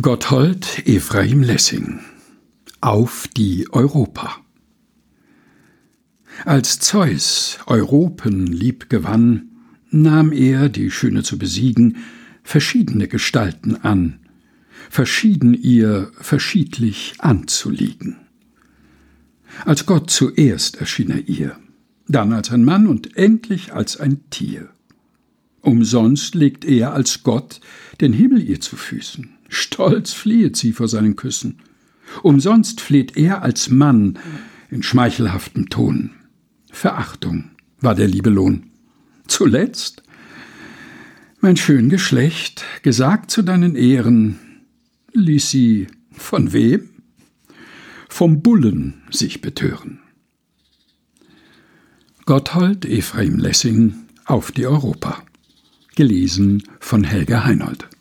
Gotthold Ephraim Lessing: Auf die Europa. Als Zeus Europen lieb gewann, nahm er, die Schöne zu besiegen, verschiedene Gestalten an, verschieden ihr verschiedlich anzuliegen. Als Gott zuerst erschien er ihr, dann als ein Mann und endlich als ein Tier. Umsonst legt er als Gott den Himmel ihr zu Füßen, stolz fliehet sie vor seinen Küssen. Umsonst fleht er als Mann in schmeichelhaftem Ton. Verachtung war der liebe Lohn. Zuletzt, mein schön Geschlecht, gesagt zu deinen Ehren, ließ sie von wem? Vom Bullen sich betören. Gotthold Ephraim Lessing: Auf die Europa. Gelesen von Helga Heinold.